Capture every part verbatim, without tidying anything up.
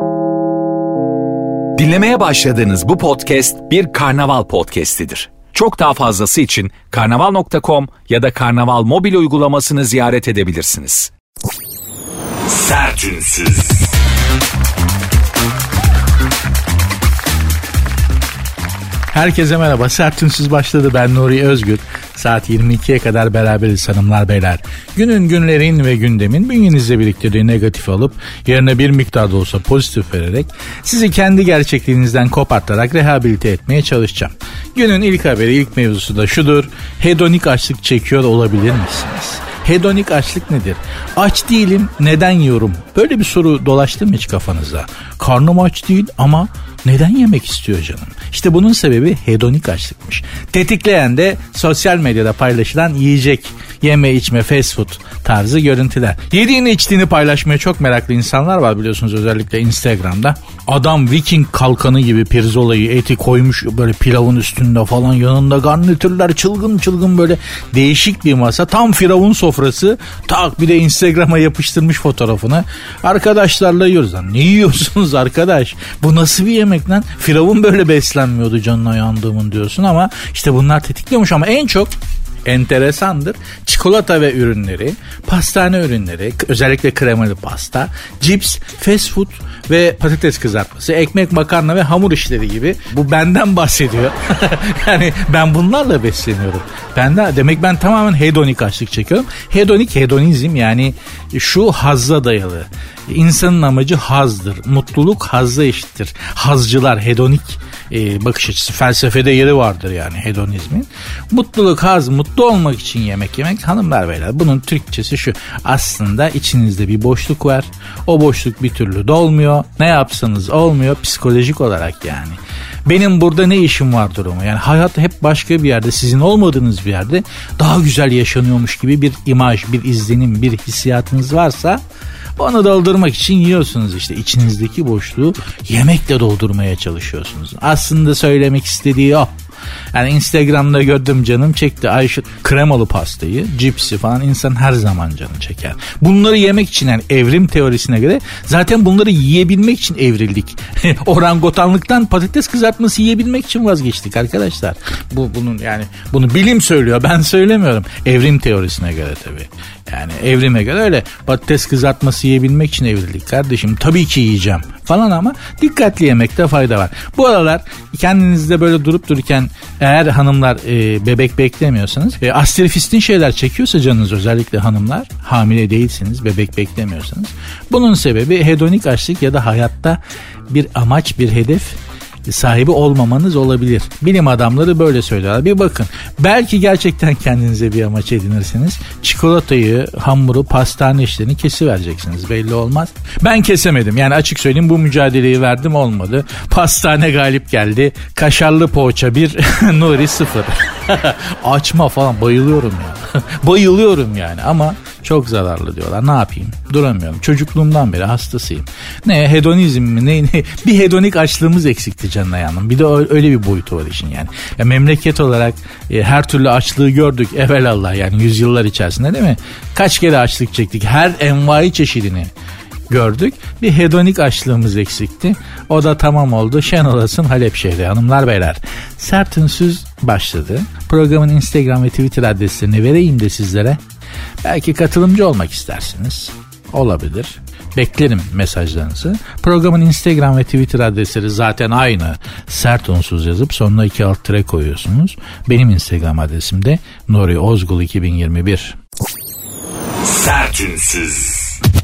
Dinlemeye başladığınız bu podcast bir karnaval podcastidir. Çok daha fazlası için karnaval nokta com ya da karnaval mobil uygulamasını ziyaret edebilirsiniz. Sertünsüz. Herkese merhaba. Sertünsüz başladı. Ben Nuri Özgür. Saat yirmi ikiye kadar beraberiz hanımlar beyler. Günün, günlerin ve gündemin bünyenizle birlikte negatif alıp yerine bir miktar da olsa pozitif vererek sizi kendi gerçekliğinizden kopartarak rehabilite etmeye çalışacağım. Günün ilk haberi, ilk mevzusu da şudur. Hedonik açlık çekiyor olabilir misiniz? Hedonik açlık nedir? Aç değilim, neden yiyorum? Böyle bir soru dolaştı mı hiç kafanıza? Karnım aç değil ama neden yemek istiyor canım? İşte bunun sebebi hedonik açlıkmış. Tetikleyen de sosyal medyada paylaşılan yiyecek, yeme içme, fast food tarzı görüntüler. Yediğini içtiğini paylaşmaya çok meraklı insanlar var biliyorsunuz, özellikle Instagram'da. Adam Viking kalkanı gibi pirzolayı, eti koymuş böyle pilavın üstünde falan, yanında garnitürler, çılgın çılgın böyle değişik bir masa. Tam firavun sofrası. Tak bir de Instagram'a yapıştırmış fotoğrafını. Arkadaşlarla yiyoruz. Lan ne yiyorsunuz arkadaş? Bu nasıl bir yemek lan? Firavun böyle beslenmiyordu canına yandığımın diyorsun ama işte bunlar tetikliyormuş. Ama en çok enteresandır. Çikolata ve ürünleri, pastane ürünleri, özellikle kremalı pasta, cips, fast food ve patates kızartması, ekmek, makarna ve hamur işleri gibi. Bu benden bahsediyor. Yani ben bunlarla besleniyorum. Ben de, demek ben tamamen hedonik açlık çekiyorum. Hedonik, hedonizm yani şu hazza dayalı. İnsanın amacı hazdır. Mutluluk hazza eşittir. Hazcılar, hedonik e, bakış açısı, felsefede yeri vardır yani hedonizmin. Mutluluk, haz, mutlu olmak için yemek yemek. Hanımlar beyler, bunun Türkçesi şu: aslında içinizde bir boşluk var. O boşluk bir türlü dolmuyor. Ne yapsanız olmuyor psikolojik olarak yani. Benim burada ne işim var durumu. Yani hayat hep başka bir yerde, sizin olmadığınız bir yerde daha güzel yaşanıyormuş gibi bir imaj, bir izlenim, bir hissiyatınız varsa onu doldurmak için yiyorsunuz işte. İçinizdeki boşluğu yemekle doldurmaya çalışıyorsunuz. Aslında söylemek istediği o. Yani Instagram'da gördüm, canım çekti. Ayşe kremalı pastayı, cipsi falan insan her zaman canı çeker. Bunları yemek için, yani evrim teorisine göre zaten bunları yiyebilmek için evrildik. Orangutanlıktan patates kızartması yiyebilmek için vazgeçtik arkadaşlar. Bu bunun yani bunu bilim söylüyor, ben söylemiyorum. Evrim teorisine göre tabii. Yani evrime göre öyle. Patates kızartması yiyebilmek için evrildik kardeşim. Tabii ki yiyeceğim falan ama dikkatli yemekte fayda var. Bu aralar kendinizde böyle durup dururken, eğer hanımlar e, bebek beklemiyorsanız, e, astrofistin şeyler çekiyorsa canınız, özellikle hanımlar, hamile değilsiniz, bebek beklemiyorsanız, bunun sebebi hedonik açlık ya da hayatta bir amaç, bir hedef sahibi olmamanız olabilir. Bilim adamları böyle söylüyorlar. Bir bakın, belki gerçekten kendinize bir amaç edinirseniz çikolatayı, hamuru, pastane işlerini kesivereceksiniz. Belli olmaz. Ben kesemedim. Yani açık söyleyeyim, bu mücadeleyi verdim, olmadı. Pastane galip geldi. Kaşarlı poğaça bir, Nuri sıfır. Açma falan, bayılıyorum ya. Bayılıyorum yani ama çok zararlı diyorlar. Ne yapayım? Duramıyorum. Çocukluğumdan beri hastasıyım. Ne hedonizm mi? Ne, ne? Bir hedonik açlığımız eksikti canına yanım. Bir de öyle bir boyutu var işin yani. Ya memleket olarak e, her türlü açlığı gördük evelallah, yani yüzyıllar içerisinde değil mi? Kaç kere açlık çektik. Her envai çeşidini gördük. Bir hedonik açlığımız eksikti. O da tamam oldu. Şen olasın Halep şehri hanımlar beyler. Sertünsüz başladı. Programın Instagram ve Twitter adreslerini vereyim de sizlere. Belki katılımcı olmak istersiniz. Olabilir. Beklerim mesajlarınızı. Programın Instagram ve Twitter adresleri zaten aynı. Sert unsuz yazıp sonuna iki alt tire koyuyorsunuz. Benim Instagram adresim de Nuri Ozgul iki bin yirmi bir. Sertünsüz.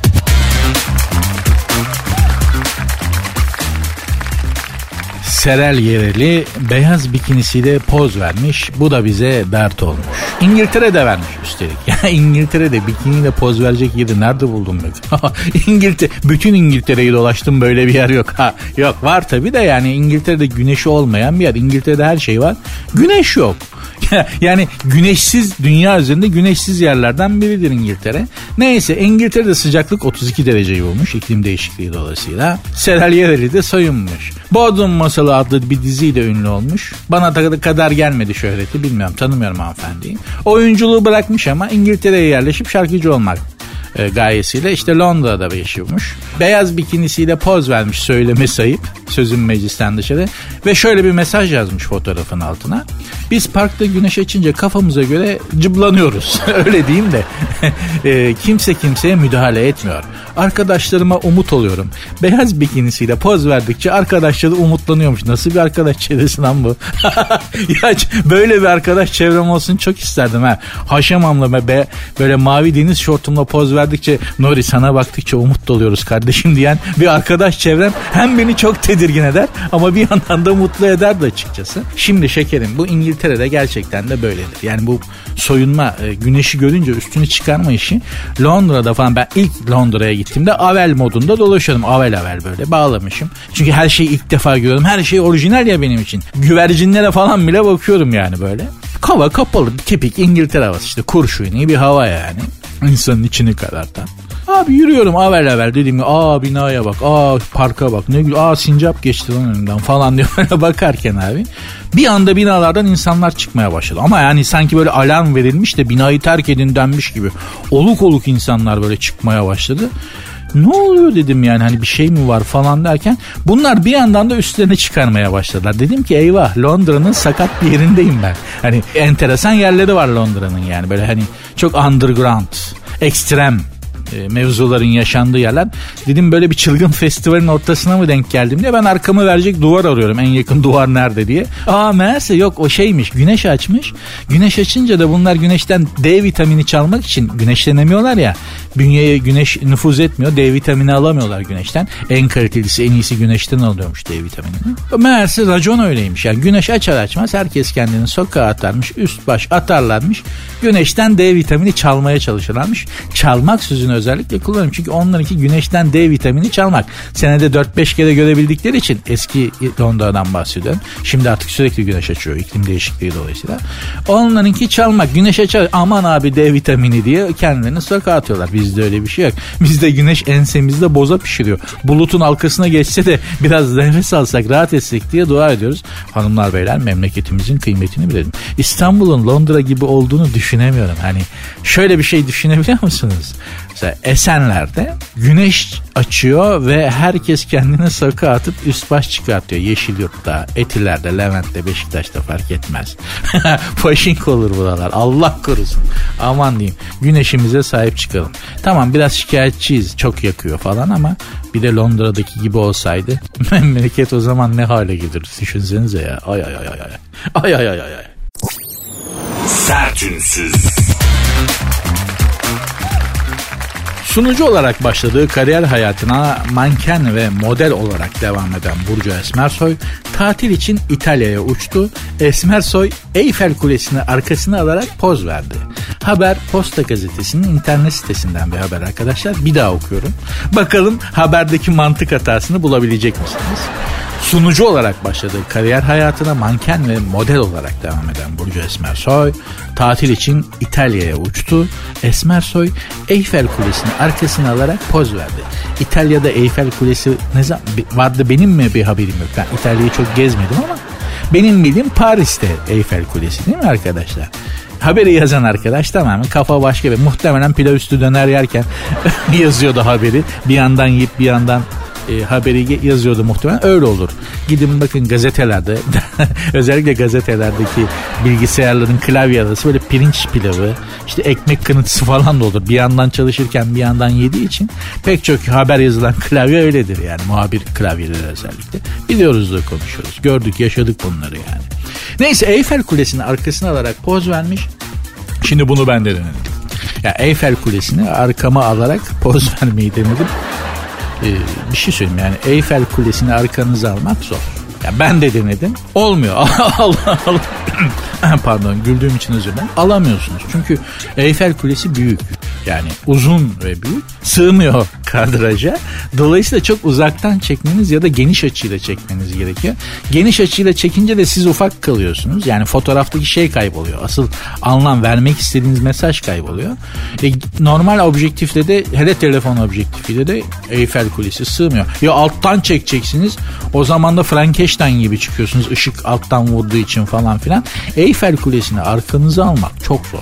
Serel Yereli beyaz bikinisiyle poz vermiş. Bu da bize dert olmuş. İngiltere'de vermiş üstelik. Ya İngiltere'de bikiniyle poz verecek yeri nerede buldum ben? İngiltere, bütün İngiltere'yi dolaştım, böyle bir yer yok. Ha, yok var tabii de, yani İngiltere'de güneşi olmayan bir yer. İngiltere'de her şey var. Güneş yok. Yani güneşsiz, dünya üzerinde güneşsiz yerlerden biridir İngiltere. Neyse, İngiltere'de sıcaklık otuz iki dereceyi bulmuş, iklim değişikliği dolayısıyla. Serel Yereli de soyunmuş. Bodrum Masalı adlı bir diziyle ünlü olmuş. Bana da kadar gelmedi şöhreti, bilmiyorum, tanımıyorum hanımefendiyi. Oyunculuğu bırakmış ama İngiltere'ye yerleşip şarkıcı olmak e, gayesiyle işte Londra'da yaşıyormuş. Beyaz bikinisiyle poz vermiş, söyleme sayıp sözün meclisten dışarı ve şöyle bir mesaj yazmış fotoğrafın altına. Biz parkta güneş açınca kafamıza göre cıblanıyoruz. Öyle diyeyim de e, kimse kimseye müdahale etmiyor. Arkadaşlarıma umut oluyorum. Beyaz bikinisiyle poz verdikçe arkadaşları umutlanıyormuş. Nasıl bir arkadaş çevresi lan bu? Ya böyle bir arkadaş çevrem olsun çok isterdim ha. Haşamamla be, böyle mavi deniz şortumla poz verdikçe Nuri sana baktıkça umut doluyoruz kardeşim diyen bir arkadaş çevrem hem beni çok tedirgin eder ama bir yandan da mutlu eder de açıkçası. Şimdi şekerim bu İngiltere'de gerçekten de böyledir. Yani bu soyunma, güneşi görünce üstünü çıkarma işi Londra'da falan, ben ilk Londra'ya gittiğimde avel modunda dolaşıyordum. Avel avel böyle bağlamışım. Çünkü her şeyi ilk defa görüyorum. Her şey orijinal ya benim için. Güvercinlere falan bile bakıyorum yani böyle. Hava kapalı, tipik İngiltere havası işte, kurşuni bir hava yani. İnsanın içini karartan. Abi yürüyorum avel avel dediğim gibi, aa binaya bak, aa parka bak, ne güzel, aa sincap geçti lan önümden falan diye böyle bakarken abi bir anda binalardan insanlar çıkmaya başladı. Ama yani sanki böyle alarm verilmiş de binayı terk edin denmiş gibi oluk oluk insanlar böyle çıkmaya başladı. Ne oluyor dedim yani, hani bir şey mi var falan derken bunlar bir yandan da üstlerine çıkarmaya başladılar. Dedim ki eyvah, Londra'nın sakat bir yerindeyim ben. Hani enteresan yerleri var Londra'nın, yani böyle hani çok underground, ekstrem mevzuların yaşandığı yerler. Dedim böyle bir çılgın festivalin ortasına mı denk geldim diye ben arkamı verecek duvar arıyorum. En yakın duvar nerede diye. Aa meğerse yok, o şeymiş, güneş açmış. Güneş açınca da bunlar güneşten D vitamini çalmak için güneşlenemiyorlar ya. Bünyeye güneş nüfuz etmiyor. D vitamini alamıyorlar güneşten. En kalitelisi, en iyisi güneşten alıyormuş D vitaminini. Meğerse racon öyleymiş. Yani güneş açar açmaz herkes kendini sokağa atarmış. Üst baş atarlarmış. Güneşten D vitamini çalmaya çalışırlarmış. Çalmak sözünü özellikle kullanıyorum. Çünkü onlarınki güneşten D vitamini çalmak. Senede dört beş kere görebildikleri için, eski Londra'dan bahsediyorum. Şimdi artık sürekli güneş açıyor. İklim değişikliği dolayısıyla. Onlarınki çalmak. Güneş açar, aman abi D vitamini diye kendilerini sokağa atıyorlar. Bizde öyle bir şey yok. Bizde güneş ensemizde boza pişiriyor. Bulutun arkasına geçse de biraz nefes alsak, rahat etsek diye dua ediyoruz. Hanımlar beyler, memleketimizin kıymetini bilelim. İstanbul'un Londra gibi olduğunu düşünemiyorum. Hani şöyle bir şey düşünebiliyor musunuz? Mesela Esenler'de güneş açıyor ve herkes kendini sokağa atıp üst baş çıkartıyor. Yeşilyurt'ta, Etiler'de, Levent'te, Beşiktaş'ta fark etmez. Faşink olur buralar. Allah korusun. Aman diyeyim. Güneşimize sahip çıkalım. Tamam biraz şikayetçiyiz. Çok yakıyor falan ama bir de Londra'daki gibi olsaydı memleket o zaman ne hale gelir? Düşünsenize ya. Ay ay ay ay ay. Ay ay ay ay. Sertünsüz. Sunucu olarak başladığı kariyer hayatına manken ve model olarak devam eden Burcu Esmersoy tatil için İtalya'ya uçtu. Esmersoy Eyfel Kulesi'ni arkasına alarak poz verdi. Haber Posta Gazetesi'nin internet sitesinden bir haber arkadaşlar. Bir daha okuyorum. Bakalım haberdeki mantık hatasını bulabilecek misiniz? Sunucu olarak başladığı kariyer hayatına manken ve model olarak devam eden Burcu Esmersoy tatil için İtalya'ya uçtu. Esmersoy Eyfel Kulesi'ni arkasına alarak poz verdi. İtalya'da Eyfel Kulesi ne zaman vardı, benim mi bir haberim yok. Ben İtalya'yı çok gezmedim ama benim bildiğim Paris'te Eyfel Kulesi, değil mi arkadaşlar? Haberi yazan arkadaş tamamen kafa başka bir, muhtemelen pilav üstü döner yerken yazıyordu haberi. Bir yandan yiyip bir yandan E, haberi yazıyordu muhtemelen, öyle olur. Gidin bakın gazetelerde özellikle gazetelerdeki bilgisayarların klavye arası böyle pirinç pilavı, işte ekmek kırıntısı falan da olur. Bir yandan çalışırken bir yandan yediği için pek çok haber yazılan klavye öyledir yani, muhabir klavyeleri özellikle. Biliyoruz da konuşuyoruz. Gördük, yaşadık bunları yani. Neyse, Eyfel Kulesi'ni arkasına alarak poz vermiş. Şimdi bunu ben de denedim. Ya Eyfel Kulesi'ni arkama alarak poz vermeyi denedim. Ee, bir şey söyleyeyim yani, Eyfel Kulesi'ni arkanıza almak zor. Ya ben de denedim. Olmuyor. Allah Allah. Pardon, güldüğüm için özür dilerim. Alamıyorsunuz. Çünkü Eyfel Kulesi büyük. Yani uzun ve büyük. Sığmıyor kadraja. Dolayısıyla çok uzaktan çekmeniz ya da geniş açıyla çekmeniz gerekiyor. Geniş açıyla çekince de siz ufak kalıyorsunuz. Yani fotoğraftaki şey kayboluyor. Asıl anlam, vermek istediğiniz mesaj kayboluyor. E, normal objektifle de, hele telefon objektifiyle de Eyfel Kulesi sığmıyor. Ya alttan çekeceksiniz. O zaman da Frankenstein gibi çıkıyorsunuz. Işık alttan vurduğu için falan filan. Eyfel Kulesi'ni arkanıza almak çok zor.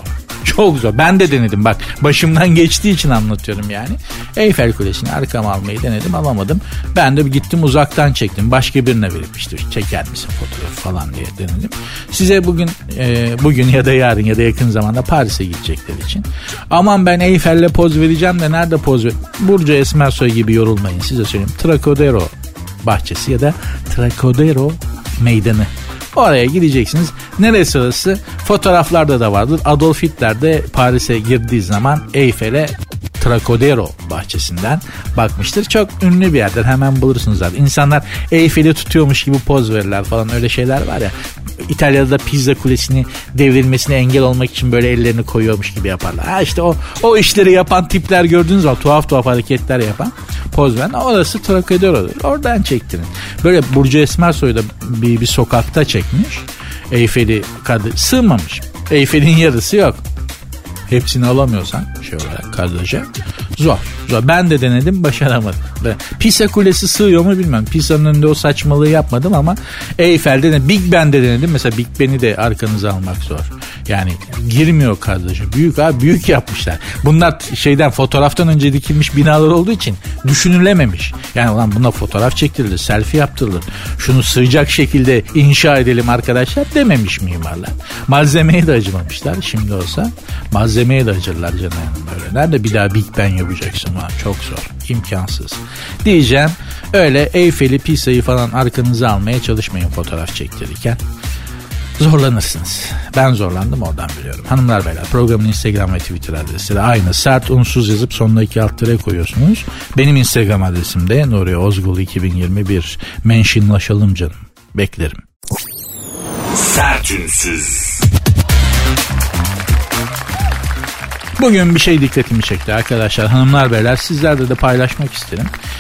Çok zor. Ben de denedim bak. Başımdan geçtiği için anlatıyorum yani. Eyfel Kulesi'ni arkama almayı denedim, alamadım. Ben de gittim uzaktan çektim. Başka birine verip işte çeker misin fotoğrafı falan diye denedim. Size bugün e, bugün ya da yarın ya da yakın zamanda Paris'e gidecekler için. Aman ben Eyfel'le poz vereceğim de nerede poz ver? Burcu Esmersoy gibi yorulmayın, size söyleyeyim. Trocadero bahçesi ya da Trocadero meydanı. Oraya gideceksiniz. Neresi orası? Fotoğraflarda da vardır. Adolf Hitler de Paris'e girdiği zaman Eyfel'e Trocadero bahçesinden bakmıştır. Çok ünlü bir yerdir. Hemen bulursunuz zaten. İnsanlar Eyfel'i tutuyormuş gibi poz verirler falan, öyle şeyler var ya. İtalya'da da Pizza Kulesi'ni devrilmesine engel olmak için böyle ellerini koyuyormuş gibi yaparlar. Ha işte o o işleri yapan tipler gördüğünüz zaman tuhaf tuhaf hareketler yapan, poz veren, orası Trocadero'dur. Oradan çektirin. Böyle Burcu Esmersoy da bir, bir sokakta çekmiş. Eyfel'i kadı sığmamış. Eyfel'in yarısı yok. Hepsini alamıyorsan şey olarak kadraja zor. Zor. Ben de denedim, başaramadım. Pisa Kulesi sığıyor mu bilmem. Pisa'nın önünde o saçmalığı yapmadım ama Eyfel'de de, Big Ben'de denedim. Mesela Big Ben'i de arkanıza almak zor. Yani girmiyor kadraja. Büyük abi, büyük yapmışlar. Bunlar şeyden, fotoğraftan önce dikilmiş binalar olduğu için düşünülememiş. Yani ulan buna fotoğraf çektirilir, selfie yaptırılır. Şunu sığacak şekilde inşa edelim arkadaşlar dememiş mimarlar. Malzemeye de acımamışlar. Şimdi olsa malzemeye de acırlar canım böyle. Nerede bir daha Big Ben yapacaksın ha? Çok zor. İmkansız. Diyeceğim. Öyle Eyfel'i, Pisa'yı falan arkanıza almaya çalışmayın fotoğraf çektirirken. Zorlanırsınız. Ben zorlandım, oradan biliyorum. Hanımlar beyler, programın Instagram ve Twitter adresi de aynı. Sert unsuz yazıp sonuna iki alt tere koyuyorsunuz. Benim Instagram adresim de Nuri Ozgul iki bin yirmi bir. Mentionlaşalım canım. Beklerim. Sert unsuz. Bugün bir şey dikkatimi çekti arkadaşlar, hanımlar beyler, sizlerle de paylaşmak isterim.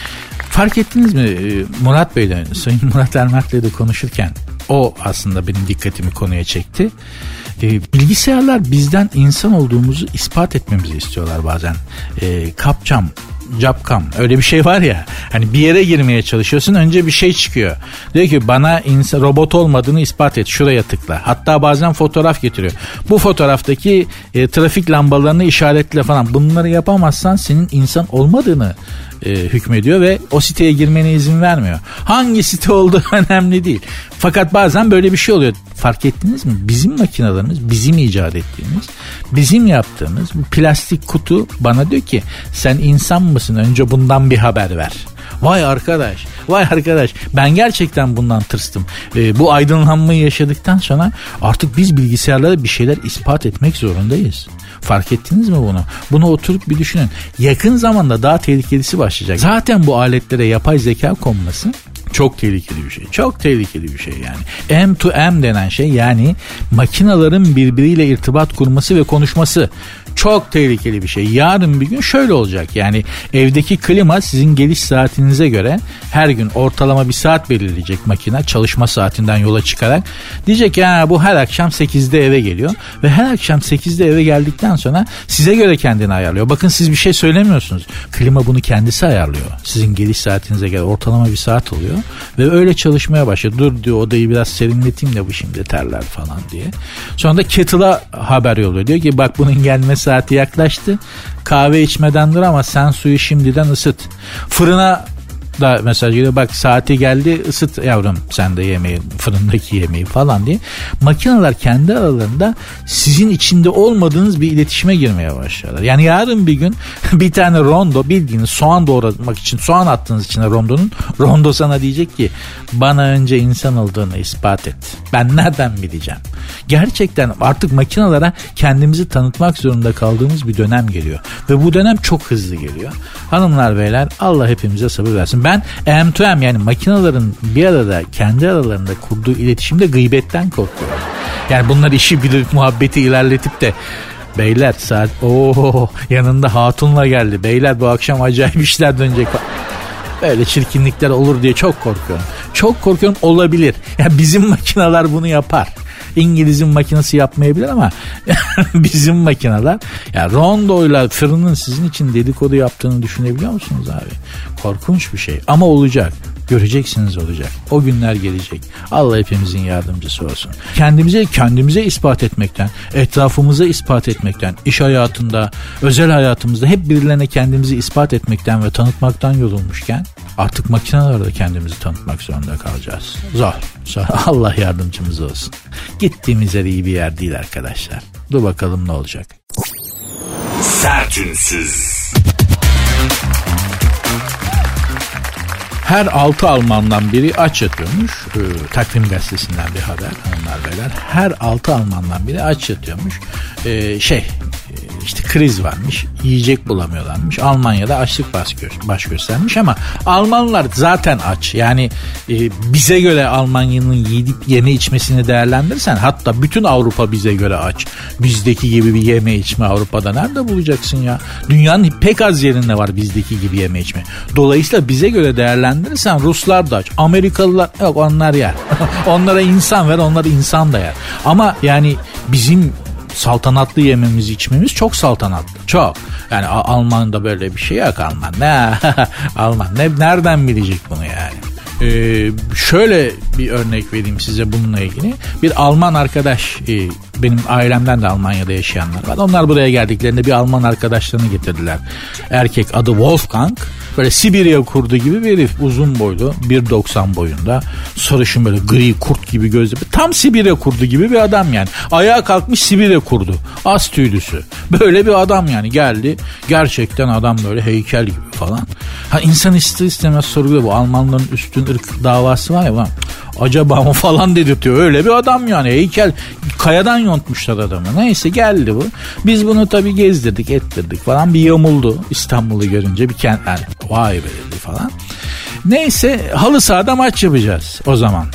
Fark ettiniz mi Murat Bey'le, Sayın Murat Ermert'le de konuşurken o aslında benim dikkatimi konuya çekti. E, bilgisayarlar bizden insan olduğumuzu ispat etmemizi istiyorlar bazen. E, kapcam, capcam, öyle bir şey var ya, hani bir yere girmeye çalışıyorsun, önce bir şey çıkıyor. Diyor ki bana insan, robot olmadığını ispat et, şuraya tıkla. Hatta bazen fotoğraf getiriyor. Bu fotoğraftaki e, trafik lambalarını işaretle falan. Bunları yapamazsan senin insan olmadığını e, hükmediyor ve o siteye girmene izin vermiyor. Hangi site olduğu önemli değil. Fakat bazen böyle bir şey oluyor. Fark ettiniz mi? Bizim makinalarımız, bizim icat ettiğimiz, bizim yaptığımız bu plastik kutu bana diyor ki sen insan mısın? Önce bundan bir haber ver. Vay arkadaş, vay arkadaş, ben gerçekten bundan tırstım. Ee, bu aydınlanmayı yaşadıktan sonra artık biz bilgisayarlara bir şeyler ispat etmek zorundayız. Fark ettiniz mi bunu? Bunu oturup bir düşünün. Yakın zamanda daha tehlikelisi başlayacak. Zaten bu aletlere yapay zeka konması çok tehlikeli bir şey. Çok tehlikeli bir şey yani. M to M denen şey, yani makinaların birbiriyle irtibat kurması ve konuşması çok tehlikeli bir şey. Yarın bir gün şöyle olacak. Yani evdeki klima sizin geliş saatinize göre her gün ortalama bir saat belirleyecek makine, çalışma saatinden yola çıkarak. Diyecek ya bu her akşam sekizde eve geliyor ve her akşam sekizde eve geldikten sonra size göre kendini ayarlıyor. Bakın siz bir şey söylemiyorsunuz. Klima bunu kendisi ayarlıyor. Sizin geliş saatinize göre ortalama bir saat oluyor ve öyle çalışmaya başlıyor. Dur diyor, odayı biraz serinleteyim de bu şimdi terler falan diye. Sonra da kettle'a haber yolluyor. Diyor ki bak bunun gelme saati yaklaştı. Kahve içmeden dur ama sen suyu şimdiden ısıt. Fırına da mesaj geliyor. Bak saati geldi, ısıt yavrum sen de yemeği, fırındaki yemeği falan diye. Makineler kendi aralarında sizin içinde olmadığınız bir iletişime girmeye başlıyorlar. Yani yarın bir gün bir tane rondo, bildiğiniz soğan doğramak için soğan attığınız içine rondonun, rondo sana diyecek ki bana önce insan olduğunu ispat et. Ben nereden bileceğim? Gerçekten artık makinelere kendimizi tanıtmak zorunda kaldığımız bir dönem geliyor. Ve bu dönem çok hızlı geliyor. Hanımlar beyler, Allah hepimize sabır versin. Ben M to M, yani makinelerin bir arada kendi aralarında kurduğu iletişimde gıybetten korkuyorum. Yani bunlar işi bilir muhabbeti ilerletip de beyler saat ooo yanında hatunla geldi. Beyler bu akşam acayip işler dönecek. Böyle çirkinlikler olur diye çok korkuyorum. Çok korkuyorum, olabilir. Yani bizim makineler bunu yapar. İngiliz'in makinesi yapmayabilir ama bizim makineler, ya rondoyla fırının sizin için dedikodu yaptığını düşünebiliyor musunuz abi? Korkunç bir şey ama olacak. Göreceksiniz olacak. O günler gelecek. Allah hepimizin yardımcısı olsun. Kendimize kendimize ispat etmekten, etrafımıza ispat etmekten, iş hayatında, özel hayatımızda hep birilerine kendimizi ispat etmekten ve tanıtmaktan yorulmuşken artık makinelerle kendimizi tanıtmak zorunda kalacağız. Zor. Zor. Allah yardımcımız olsun. Gittiğimiz yer iyi bir yer değil arkadaşlar. Dur bakalım ne olacak. Sertünsüz. Her altı Almandan biri aç yatıyormuş. Ee, Takvim gazetesinden bir haber hanımlar beyler. Her altı Almandan biri aç yatıyormuş. Ee, şey işte kriz varmış. Yiyecek bulamıyorlarmış. Almanya'da açlık baş, gö- baş göstermiş ama Almanlar zaten aç. Yani e, bize göre Almanya'nın yiyip yeme içmesini değerlendirirsen hatta bütün Avrupa bize göre aç. Bizdeki gibi bir yeme içme Avrupa'da nerede bulacaksın ya? Dünyanın pek az yerinde var bizdeki gibi yeme içme. Dolayısıyla bize göre değerlendirirsen Ruslar da aç. Amerikalılar yok, onlar yer. Onlara insan ver, onlar insan da yer. Ama yani bizim saltanatlı yememiz içmemiz çok saltanatlı. Çok. Yani Alman'da böyle bir şey yok. Alman ne? Alman ne? Nereden bilecek bunu yani? Ee, şöyle bir örnek vereyim size bununla ilgili. Bir Alman arkadaş, e, benim ailemden de Almanya'da yaşayanlar var. Onlar buraya geldiklerinde bir Alman arkadaşlarını getirdiler. Erkek, adı Wolfgang. Böyle Sibirya kurdu gibi bir herif. Uzun boylu, bir doksan boyunda. Sarışın, böyle gri kurt gibi gözlü. Tam Sibirya kurdu gibi bir adam yani. Ayağa kalkmış Sibirya kurdu. Az tüylüsü. Böyle bir adam yani geldi. Gerçekten adam böyle heykel gibi falan. Ha, insan ister istemez sorguluyor, bu Almanların üstün ırk davası var ya. Acaba mı falan dedirtiyor. Öyle bir adam yani, heykel. Kayadan yontmuşlar adamı. Neyse geldi bu. Biz bunu tabii gezdirdik ettirdik falan. Bir yamuldu İstanbul'u görünce. Bir kent, yani, vay be dedi falan. Neyse halı sahada maç yapacağız o zaman.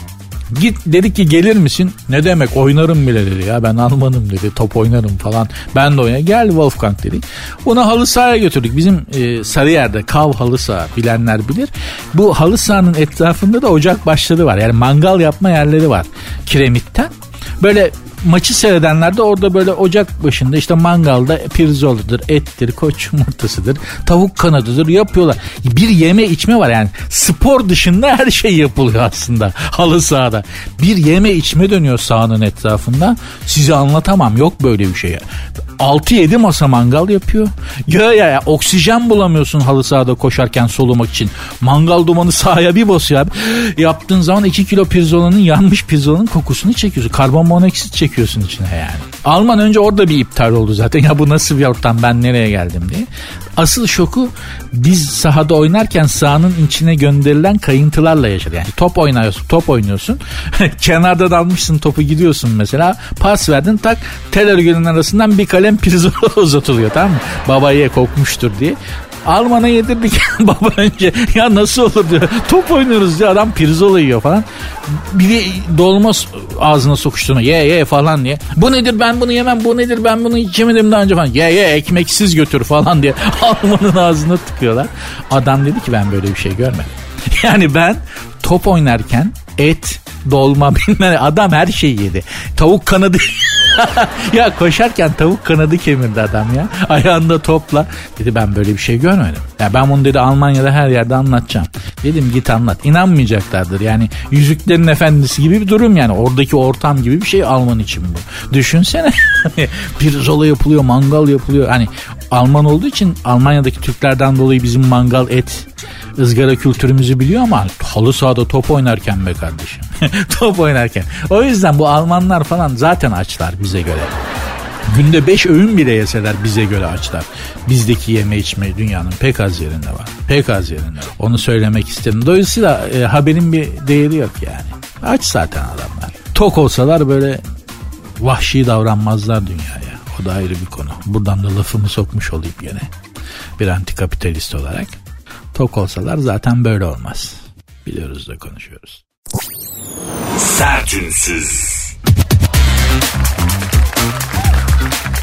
Git dedik ki gelir misin? Ne demek, oynarım bile dedi ya, ben Almanım dedi, top oynarım falan. Ben de oynarım. Gel Wolfgang dedik. Onu halı sahaya götürdük. Bizim e, Sarıyer'de Kav halı saha, bilenler bilir. Bu halı sahanın etrafında da ocak başları var. Yani mangal yapma yerleri var kiremitten. Böyle maçı seyredenler de orada böyle ocak başında işte mangalda pirzoladır, ettir, koç yumurtasıdır, tavuk kanadıdır yapıyorlar. Bir yeme içme var yani, spor dışında her şey yapılıyor aslında halı sahada. Bir yeme içme dönüyor sahanın etrafında. Size anlatamam, yok böyle bir şey. altı yedi masa mangal yapıyor. Ya ya ya oksijen bulamıyorsun halı sahada koşarken solumak için. Mangal dumanı sahaya bir basıyor abi. Yaptığın zaman iki kilo pirzolanın, yanmış pirzolanın kokusunu çekiyorsun. Karbon monoksit çekiyorsun içine yani. Alman önce orada bir iptal oldu zaten. Ya bu nasıl bir ortam, ben nereye geldim diye. Asıl şoku biz sahada oynarken sahanın içine gönderilen kayıntılarla yaşadı. Yani top oynuyorsun, top oynuyorsun. Kenarda dalmışsın, topu gidiyorsun mesela. Pas verdin, tak tel örgünün arasından bir kalem pirzola uzatılıyor, tamam mı? Babaya kokmuştur diye. Alman'a yedirdik. Baba önce ya nasıl olur diyor. Top oynuyoruz diyor, adam pirzola yiyor falan. Bir de dolma ağzına sokuşturma. Ye ye falan diye. Bu nedir, ben bunu yemem, bu nedir, ben bunu hiç yemedim daha önce falan. Ye ye ekmeksiz götür falan diye. Alman'ın ağzına tıkıyorlar. Adam dedi ki ben böyle bir şey görmedim. Yani ben top oynarken et, dolma bilmem, adam her şeyi yedi. Tavuk kanadı ya koşarken tavuk kanadı kemirdi adam ya. Ayağında topla. Dedi ben böyle bir şey görmedim. Ya ben bunu dedi Almanya'da her yerde anlatacağım. Dedim git anlat. İnanmayacaklardır. Yani Yüzüklerin Efendisi gibi bir durum yani. Oradaki ortam gibi bir şey Alman için bu. Düşünsene. Pirzola yapılıyor, mangal yapılıyor. Hani Alman olduğu için Almanya'daki Türklerden dolayı bizim mangal, et, ızgara kültürümüzü biliyor ama halı sahada top oynarken be kardeşim. Top oynarken. O yüzden bu Almanlar falan zaten açlar bize göre. Günde beş öğün bile yeseler bize göre açlar. Bizdeki yeme içme dünyanın pek az yerinde var. Pek az yerinde. Onu söylemek istedim. Dolayısıyla e, haberin bir değeri yok yani. Aç zaten adamlar. Tok olsalar böyle vahşi davranmazlar dünyaya. O da ayrı bir konu. Buradan da lafımı sokmuş olayım gene. Bir antikapitalist olarak. Tok olsalar zaten böyle olmaz. Biliyoruz da konuşuyoruz. Sertünsüz.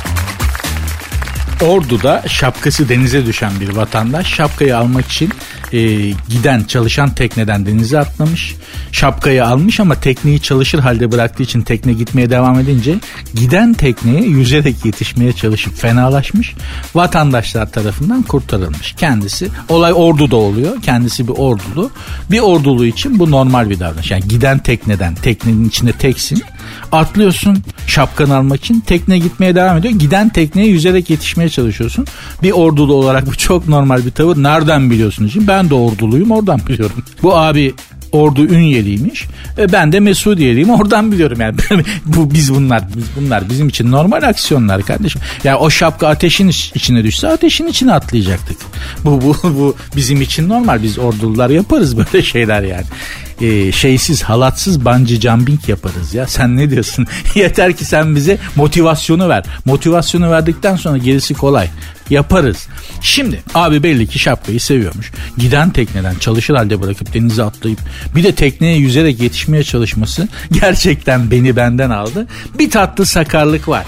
Ordu'da şapkası denize düşen bir vatandaş şapkayı almak için e, giden çalışan tekneden denize atlamış. Şapkayı almış ama tekneyi çalışır halde bıraktığı için tekne gitmeye devam edince giden tekneye yüzerek yetişmeye çalışıp fenalaşmış. Vatandaşlar tarafından kurtarılmış. Kendisi, olay Ordu'da oluyor. Kendisi bir ordulu. Bir ordulu için bu normal bir davranış. Yani giden tekneden, teknenin içinde teksin. Atlıyorsun şapkanı almak için, tekne gitmeye devam ediyor. Giden tekneye yüzerek yetişmeye çalışıyorsun. Bir ordulu olarak bu çok normal bir tavır. Nereden biliyorsun için? Ben de orduluyum, oradan biliyorum. Bu abi Ordu Ünyeliymiş. E ben de Mesudiyeliyim, oradan biliyorum yani. bu biz bunlar biz bunlar bizim için normal aksiyonlar kardeşim. Yani o şapka ateşin içine düşse ateşin içine atlayacaktık. Bu bu bu bizim için normal. Biz ordulular yaparız böyle şeyler yani. Ee, şeysiz, halatsız bungee jumping yaparız ya. Sen ne diyorsun? Yeter ki sen bize motivasyonu ver. Motivasyonu verdikten sonra gerisi kolay. Yaparız. Şimdi abi belli ki şapkayı seviyormuş. Giden tekneden çalışır halde bırakıp denize atlayıp bir de tekneye yüzerek yetişmeye çalışması gerçekten beni benden aldı. Bir tatlı sakarlık var.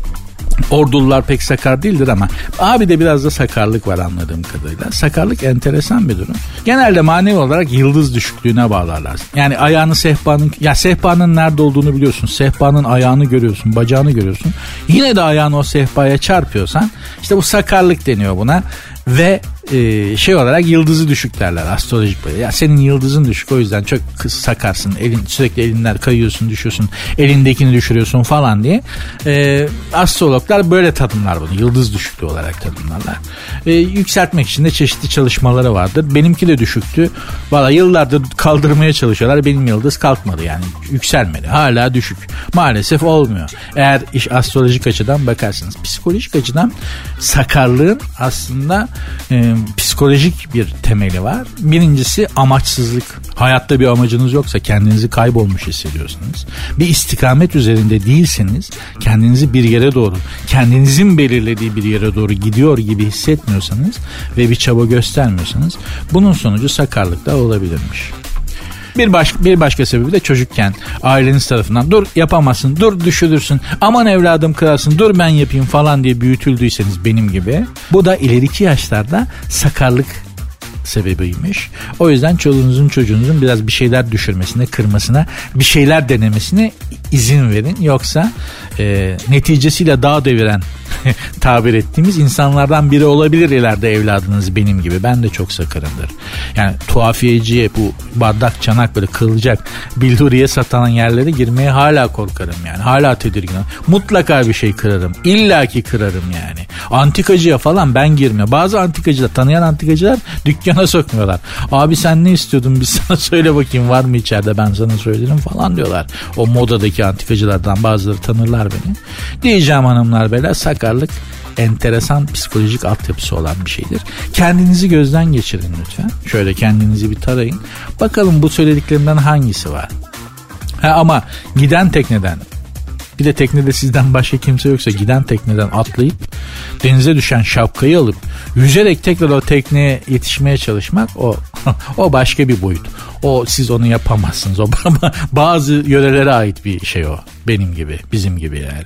Ordulular pek sakar değildir ama abi de biraz da sakarlık var anladığım kadarıyla. Sakarlık enteresan bir durum. Genelde manevi olarak yıldız düşüklüğüne bağlarlar. Yani ayağını sehpanın, ya sehpanın nerede olduğunu biliyorsun. Sehpanın ayağını görüyorsun, bacağını görüyorsun. Yine de ayağını o sehpaya çarpıyorsan işte bu sakarlık deniyor buna. Ve e, şey olarak yıldızı düşük derler astrolojik böyle. Ya senin yıldızın düşük, o yüzden çok sakarsın. Elin, sürekli elinler kayıyorsun, düşüyorsun. Elindekini düşürüyorsun falan diye. E, astrologlar böyle tanımlar bunu. Yıldız düşüklüğü olarak tanımlarlar. E, yükseltmek için de çeşitli çalışmaları vardır. Benimki de düşüktü. Valla yıllardır kaldırmaya çalışıyorlar. Benim yıldız kalkmadı yani. Yükselmedi. Hala düşük. Maalesef olmuyor. Eğer iş astrolojik açıdan bakarsanız. Psikolojik açıdan sakarlığın aslında e, psikolojik bir temeli var. Birincisi amaçsızlık. Hayatta bir amacınız yoksa, kendinizi kaybolmuş hissediyorsanız, bir istikamet üzerinde değilseniz, kendinizi bir yere doğru, kendinizin belirlediği bir yere doğru gidiyor gibi hissetmiyorsanız ve bir çaba göstermiyorsanız, bunun sonucu sakarlık da olabilirmiş. Bir, baş, bir başka sebebi de çocukken aileniz tarafından dur yapamazsın, dur düşürürsün, aman evladım kırarsın, dur ben yapayım falan diye büyütüldüyseniz benim gibi, bu da ileriki yaşlarda sakarlık sebebiymiş. O yüzden çoluğunuzun çocuğunuzun biraz bir şeyler düşürmesine, kırmasına, bir şeyler denemesine izin verin. Yoksa e, neticesiyle dağ deviren tabir ettiğimiz insanlardan biri olabilir ileride evladınız benim gibi. Ben de çok sakarımdır. Yani tuhafiyeciye, bu bardak çanak böyle kırılacak bilduriye satan yerlere girmeye hala korkarım yani. Hala tedirginim. Mutlaka bir şey kırarım. İlla ki kırarım yani. Antikacıya falan ben girme. Bazı antikacılar, tanıyan antikacılar dükkana sokmuyorlar. Abi sen ne istiyordun, biz sana söyle bakayım, var mı içeride, ben sana söylerim falan diyorlar. O modadaki antikacılardan bazıları tanırlar beni. Diyeceğim hanımlar beyler, sakarlık enteresan psikolojik altyapısı olan bir şeydir. Kendinizi gözden geçirin lütfen. Şöyle kendinizi bir tarayın. Bakalım bu söylediklerimden hangisi var? Ha, ama giden tekneden, bir de teknede sizden başka kimse yoksa giden tekneden atlayıp denize düşen şapkayı alıp yüzerek tekrar o tekneye yetişmeye çalışmak, o o başka bir boyut. O, siz onu yapamazsınız. O bazı yörelere ait bir şey o. Benim gibi, bizim gibi yani.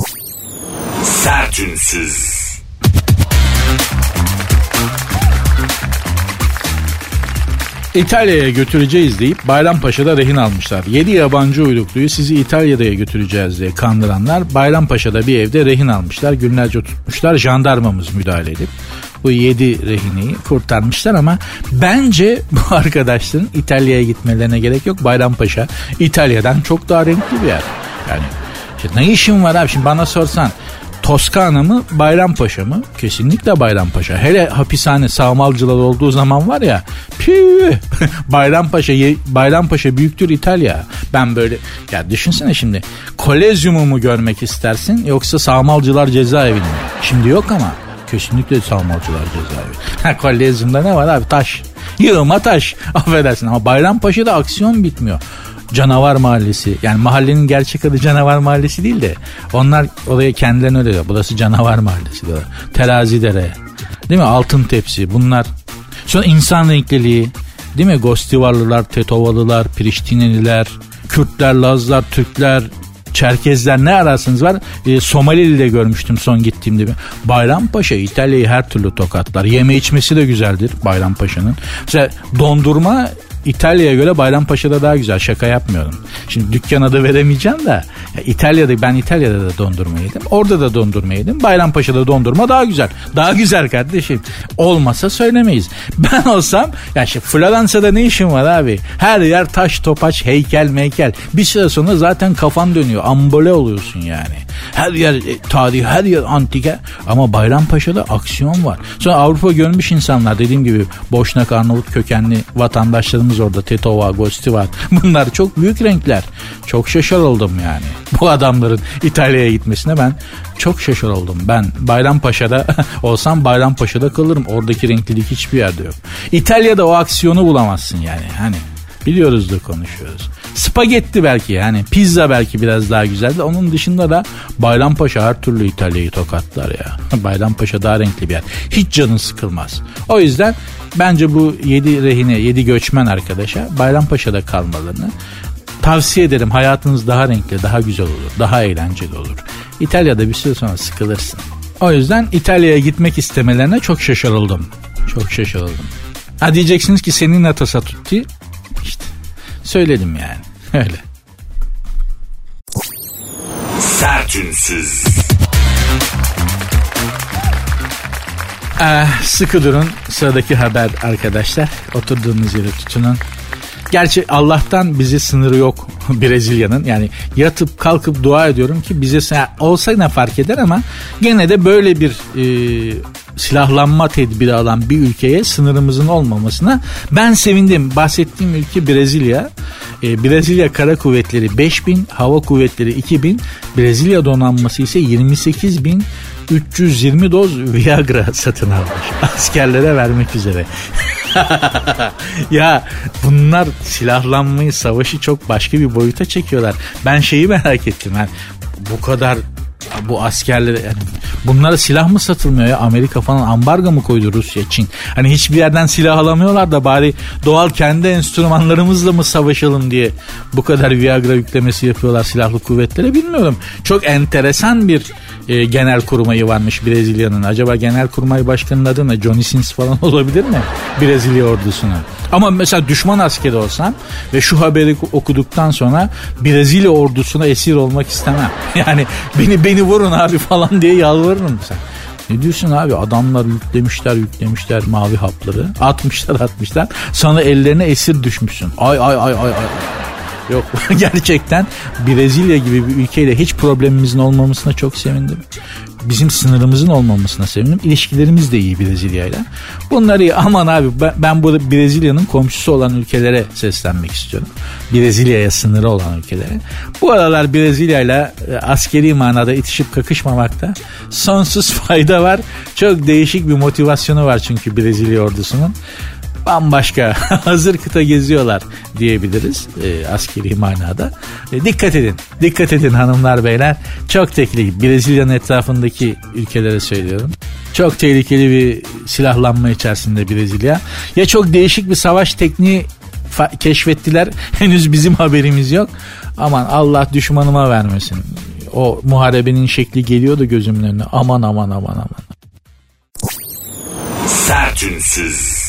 Sertünsüz. İtalya'ya götüreceğiz deyip Bayrampaşa'da rehin almışlar. yedi yabancı uyrukluyu sizi İtalya'ya götüreceğiz diye kandıranlar Bayrampaşa'da bir evde rehin almışlar. Günlerce tutmuşlar. Jandarmamız müdahale edip bu yedi rehineyi kurtarmışlar ama bence bu arkadaşların İtalya'ya gitmelerine gerek yok. Bayrampaşa İtalya'dan çok daha renkli bir yer. Yani işte ne işin var abi, şimdi bana sorsan Toskana mı, Bayrampaşa mı? Kesinlikle Bayrampaşa. Hele hapishane sağmalcılar olduğu zaman var ya, püh, Bayrampaşa, Bayrampaşa büyüktür İtalya. Ben böyle, ya düşünsene şimdi, Kolezyumu mu görmek istersin yoksa sağmalcılar cezaevini mi? Şimdi yok ama kesinlikle sağmalcılar cezaevi. Kolezyumda ne var abi? Taş. Yığma taş. Affedersin ama Bayrampaşa'da aksiyon bitmiyor. Canavar Mahallesi, yani mahallenin gerçek adı Canavar Mahallesi değil de onlar oraya kendilerine öyle diyor. Burası Canavar Mahallesi diyorlar. Terazidere, değil mi? Altın Tepsi, bunlar. Sonra insan renkliliği, değil mi? Gostivarlılar, Tetovalılar, Priştineliler, Kürtler, Lazlar, Türkler, Çerkezler ne ararsanız var. E, Somalili'de görmüştüm son gittiğimde. Bayrampaşa İtalya'yı her türlü tokatlar. Yeme içmesi de güzeldir Bayrampaşa'nın. Mesela dondurma İtalya'ya göre Bayrampaşa'da daha güzel. Şaka yapmıyorum. Şimdi dükkan adı veremeyeceğim de İtalya'da, ben İtalya'da da dondurma yedim. Orada da dondurma yedim. Bayrampaşa'da dondurma daha güzel. Daha güzel kardeşim. Olmasa söylemeyiz. Ben olsam ya işte Floransa'da ne işim var abi? Her yer taş topaç, heykel meykel. Bir süre sonra zaten kafan dönüyor. Ambole oluyorsun yani. Her yer e, tarih, her yer antike. Ama Bayrampaşa'da aksiyon var. Sonra Avrupa görmüş insanlar, dediğim gibi Boşnak, Arnavut kökenli vatandaşlarımız orada. Teto var, Gosti var. Bunlar çok büyük renkler. Çok şaşır oldum yani. Bu adamların İtalya'ya gitmesine ben çok şaşır oldum. Ben Bayrampaşa'da olsam Bayrampaşa'da kalırım. Oradaki renklilik hiçbir yerde yok. İtalya'da o aksiyonu bulamazsın yani. Hani biliyoruz da konuşuyoruz. Spagetti belki, yani pizza belki biraz daha güzeldi. Onun dışında da Bayrampaşa her türlü İtalya'yı tokatlar ya. Bayrampaşa daha renkli bir yer. Hiç canın sıkılmaz. O yüzden bence bu yedi rehine, yedi göçmen arkadaşa Bayrampaşa'da kalmalarını tavsiye ederim. Hayatınız daha renkli, daha güzel olur, daha eğlenceli olur. İtalya'da bir süre sonra sıkılırsın. O yüzden İtalya'ya gitmek istemelerine çok şaşırıldım. Çok şaşırıldım. Ha diyeceksiniz ki senin atasa tutti. İşte söyledim yani. Öyle. Sertünsüz. Ee, sıkı durun. Sıradaki haber arkadaşlar. Oturduğunuz yere tutunun. Gerçi Allah'tan bize sınırı yok Brezilya'nın. Yani yatıp kalkıp dua ediyorum ki bize olsa ne fark eder, ama gene de böyle bir e, silahlanma tedbiri alan bir ülkeye sınırımızın olmamasına ben sevindim. Bahsettiğim ülke Brezilya. E, Brezilya Kara Kuvvetleri beş bin, Hava Kuvvetleri iki bin, Brezilya donanması ise yirmi sekiz bin üç yüz yirmi doz Viagra satın almış. Askerlere vermek üzere. Ya bunlar silahlanmayı, savaşı çok başka bir boyuta çekiyorlar. Ben şeyi merak ettim. Yani bu kadar bu askerlere, yani bunlara silah mı satılmıyor ya? Amerika falan ambargo mu koydu Rusya, Çin? Hani hiçbir yerden silah alamıyorlar da bari doğal kendi enstrümanlarımızla mı savaşalım diye bu kadar Viagra yüklemesi yapıyorlar silahlı kuvvetlere, bilmiyorum. Çok enteresan bir e, genel kurmayı varmış Brezilya'nın. Acaba genel kurmay başkanının adı ne? Johnny Sins falan olabilir mi? Brezilya ordusuna. Ama mesela düşman askeri olsam ve şu haberi okuduktan sonra Brezilya ordusuna esir olmak istemem. Yani beni beni vurun abi falan diye yalvarırım sen. Ne diyorsun abi? Adamlar yüklemişler yüklemişler mavi hapları. Atmışlar atmışlar. Sonra ellerine esir düşmüşsün. Ay ay ay ay ay. Yok gerçekten Brezilya gibi bir ülkeyle hiç problemimizin olmamasına çok sevindim. Bizim sınırımızın olmamasına sevindim. İlişkilerimiz de iyi Brezilya'yla. Bunları iyi. Aman abi ben, ben bu Brezilya'nın komşusu olan ülkelere seslenmek istiyorum. Brezilya'ya sınırı olan ülkelere. Bu aralar Brezilya'yla askeri manada itişip kakışmamakta sonsuz fayda var. Çok değişik bir motivasyonu var çünkü Brezilya ordusunun. Bambaşka hazır kıta geziyorlar diyebiliriz e, askeri manada. E, dikkat edin, dikkat edin hanımlar beyler. Çok tehlikeli. Brezilya'nın etrafındaki ülkelere söylüyorum. Çok tehlikeli bir silahlanma içerisinde Brezilya. Ya çok değişik bir savaş tekniği fa- keşfettiler. Henüz bizim haberimiz yok. Aman Allah düşmanıma vermesin. O muharebenin şekli geliyordu gözümün önüne. Aman aman aman aman. Sertünsüz.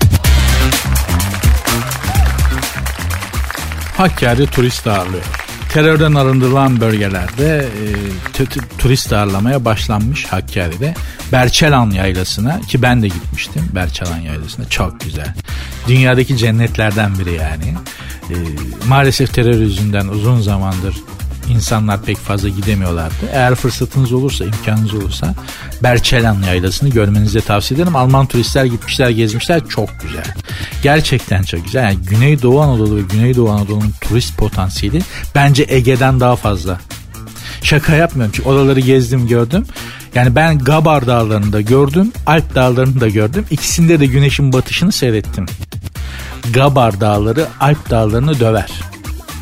Hakkari turist ağırlıyor. Terörden arındırılan bölgelerde e, t- t- turist ağırlamaya başlanmış Hakkari'de. Berçelan Yaylası'na, ki ben de gitmiştim Berçelan Yaylası'na, çok güzel. Dünyadaki cennetlerden biri yani. E, maalesef terör yüzünden uzun zamandır insanlar pek fazla gidemiyorlardı. Eğer fırsatınız olursa, imkanınız olursa Berçelan Yaylası'nı görmenizi tavsiye ederim. Alman turistler gitmişler, gezmişler. Çok güzel. Gerçekten çok güzel. Yani Güneydoğu Anadolu ve Güneydoğu Anadolu'nun turist potansiyeli bence Ege'den daha fazla. Şaka yapmıyorum. Çünkü oraları gezdim, gördüm. Yani ben Gabar Dağları'nda gördüm, Alp Dağları'nı da gördüm. İkisinde de güneşin batışını seyrettim. Gabar Dağları Alp Dağları'nı döver.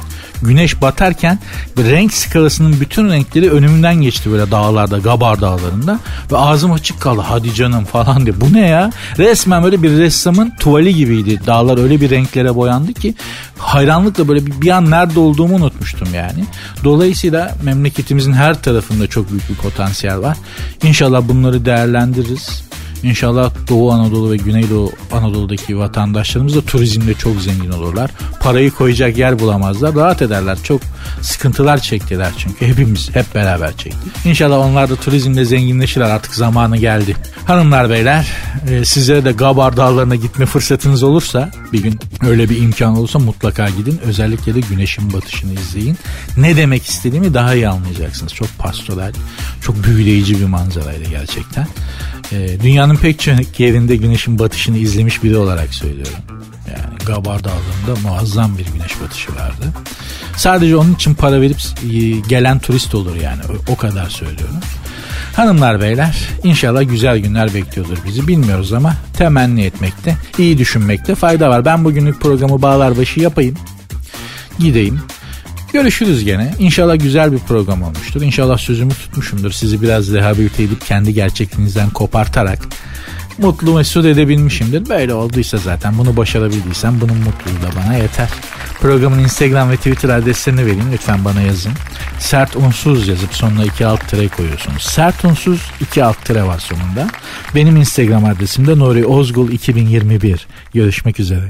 güneş batarken renk skalasının bütün renkleri önümden geçti böyle dağlarda, Gabar dağlarında ve ağzım açık kaldı. Hadi canım falan diye. Bu ne ya? Resmen böyle bir ressamın tuvali gibiydi. Dağlar öyle bir renklere boyandı ki hayranlıkla böyle bir, bir an nerede olduğumu unutmuştum yani. Dolayısıyla memleketimizin her tarafında çok büyük bir potansiyel var. İnşallah bunları değerlendiririz. İnşallah Doğu Anadolu ve Güneydoğu Anadolu'daki vatandaşlarımız da turizmde çok zengin olurlar. Parayı koyacak yer bulamazlar. Rahat ederler. Çok sıkıntılar çektiler çünkü. Hepimiz hep beraber çektik. İnşallah onlar da turizmde zenginleşirler. Artık zamanı geldi. Hanımlar beyler, e, sizlere de Gabar Dağları'na gitme fırsatınız olursa, bir gün öyle bir imkan olursa mutlaka gidin. Özellikle de güneşin batışını izleyin. Ne demek istediğimi daha iyi anlayacaksınız. Çok pastoral, çok büyüleyici bir manzaraydı gerçekten. E, dünyanın pek çok yerinde güneşin batışını izlemiş biri olarak söylüyorum. Yani Gabar Dağları'nda muazzam bir güneş batışı vardı. Sadece onun için para verip gelen turist olur yani. O, o kadar söylüyorum. Hanımlar beyler, inşallah güzel günler bekliyordur bizi, bilmiyoruz ama temenni etmekte, iyi düşünmekte fayda var. Ben bugünlük programı bağlar başı yapayım, gideyim. Görüşürüz gene. İnşallah güzel bir program olmuştur. İnşallah sözümü tutmuşumdur. Sizi biraz rehabilite edip kendi gerçekliğinizden kopartarak mutlu mesut edebilmişimdir. Böyle olduysa zaten, bunu başarabildiysem bunun mutluluğu da bana yeter. Programın Instagram ve Twitter adreslerini vereyim. Lütfen bana yazın. Sert Unsuz yazıp sonuna iki alt tire koyuyorsunuz. Sert Unsuz iki alt tire var sonunda. Benim Instagram adresim de Nuri Ozgul iki bin yirmi bir. Görüşmek üzere.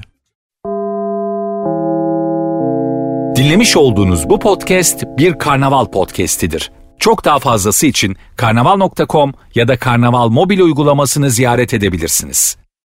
Dinlemiş olduğunuz bu podcast bir Karnaval podcastidir. Çok daha fazlası için karnaval nokta com ya da Karnaval mobil uygulamasını ziyaret edebilirsiniz.